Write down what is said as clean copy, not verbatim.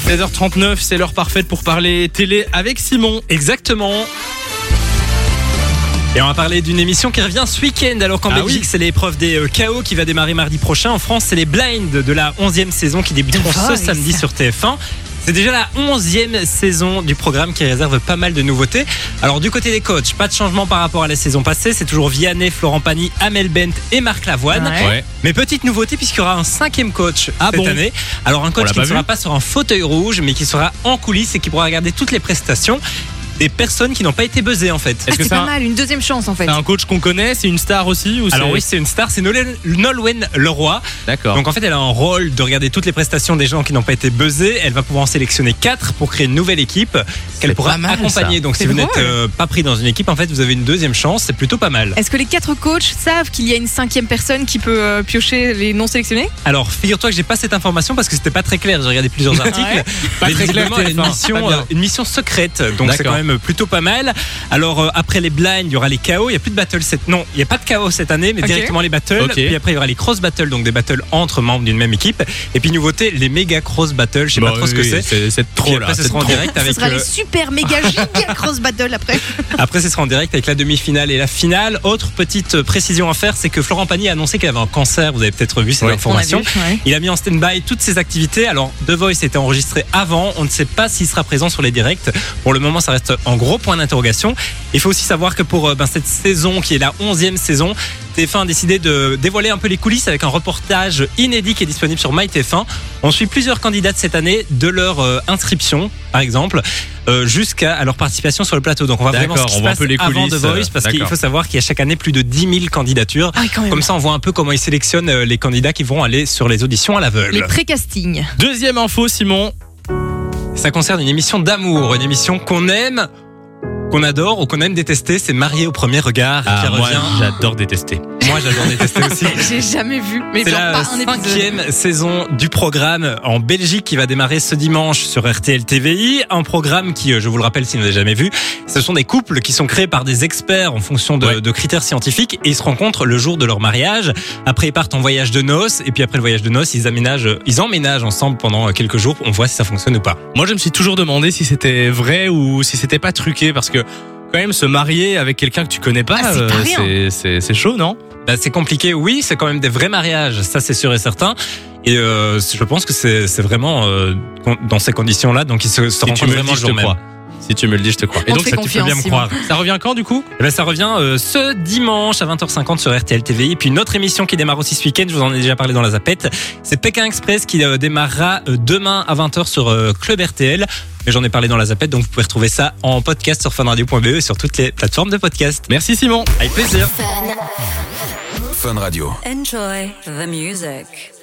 16h39, c'est l'heure parfaite pour parler télé avec Simon. Exactement. Et on va parler d'une émission qui revient ce week-end, alors qu'en Belgique, c'est l'épreuve des KO qui va démarrer mardi prochain. En France, c'est les blinds de la 11e saison qui débuteront ce samedi sur TF1. C'est déjà la 11e saison du programme qui réserve pas mal de nouveautés. Alors du côté des coachs, pas de changement par rapport à la saison passée. C'est toujours Vianney, Florent Pagny, Amel Bent et Marc Lavoine. Ouais. Mais petite nouveauté puisqu'il y aura un 5e coach cette année. Alors un coach qui ne sera pas sur un fauteuil rouge, mais qui sera en coulisses et qui pourra regarder toutes les prestations des personnes qui n'ont pas été buzzées en fait. C'est pas mal, une deuxième chance en fait. C'est un coach qu'on connaît, c'est une star aussi ou Alors oui, c'est une star, c'est Nolwenn Leroy. D'accord. Donc en fait, elle a un rôle de regarder toutes les prestations des gens qui n'ont pas été buzzés. Elle va pouvoir en sélectionner 4 pour créer une nouvelle équipe qu'elle pourra accompagner. Donc si vous n'êtes pas pris dans une équipe, en fait, vous avez une deuxième chance. C'est plutôt pas mal. Est-ce que les 4 coachs savent qu'il y a une 5e personne qui peut piocher les non sélectionnés? Alors figure-toi que j'ai pas cette information parce que c'était pas très clair. J'ai regardé plusieurs articles. Pas très clair. Elle a une mission secrète. Donc c'est quand même plutôt pas mal. Alors après les blinds, il y aura les KO. Il n'y a plus de battle non, il n'y a pas de KO cette année, mais directement les battles. Puis après il y aura les cross battles, donc des battles entre membres d'une même équipe. Et puis nouveauté, les méga cross battles. Je sais pas trop ce que c'est. C'est trop là. Après, ce sera en direct avec. Ce sera les super méga giga cross battles après. Après, ce sera en direct avec la demi-finale et la finale. Autre petite précision à faire, c'est que Florent Pagny a annoncé qu'il avait un cancer. Vous avez peut-être vu cette information. Il a mis en stand-by toutes ses activités. Alors The Voice était enregistré avant. On ne sait pas s'il sera présent sur les directs. Pour le moment, ça reste un gros point d'interrogation. Il faut aussi savoir que pour cette saison qui est la 11e saison, TF1 a décidé de dévoiler un peu les coulisses avec un reportage inédit qui est disponible sur MyTF1. On suit plusieurs candidats de cette année, de leur inscription par exemple, jusqu'à leur participation sur le plateau. Donc on va vraiment ce qui se passe avant The Voice, parce qu'il faut savoir qu'il y a chaque année plus de 10 000 candidatures. Comme ça on voit un peu comment ils sélectionnent les candidats qui vont aller sur les auditions à l'aveugle. Les pré-castings. Deuxième info, Simon. Ça concerne une émission d'amour, une émission qu'on aime, qu'on adore ou qu'on aime détester, c'est Marié au premier regard qui revient. Moi, j'adore détester. Moi, j'adore détester aussi. J'ai jamais vu. Mais c'est la 5e saison du programme en Belgique qui va démarrer ce dimanche sur RTL TVI. Un programme qui, je vous le rappelle si vous n'avez jamais vu, ce sont des couples qui sont créés par des experts en fonction de critères scientifiques et ils se rencontrent le jour de leur mariage. Après, ils partent en voyage de noces et puis après le voyage de noces, ils emménagent ensemble pendant quelques jours. On voit si ça fonctionne ou pas. Moi, je me suis toujours demandé si c'était vrai ou si c'était pas truqué parce que quand même se marier avec quelqu'un que tu connais pas, c'est chaud, non? C'est compliqué, oui, c'est quand même des vrais mariages, ça c'est sûr et certain. Et je pense que c'est vraiment dans ces conditions-là, donc ils se rencontrent vraiment le jour même. Si tu me le dis, je te crois. Et donc ça, tu peux bien me croire. Ça revient quand du coup? Ça revient ce dimanche à 20h50 sur RTL TVI. Et puis une autre émission qui démarre aussi ce week-end, je vous en ai déjà parlé dans la Zapette, c'est Pékin Express qui démarrera demain à 20h sur Club RTL. Mais j'en ai parlé dans la Zapette, donc vous pouvez retrouver ça en podcast sur funradio.be et sur toutes les plateformes de podcast. Merci Simon. Avec plaisir. Fun Radio. Enjoy the music.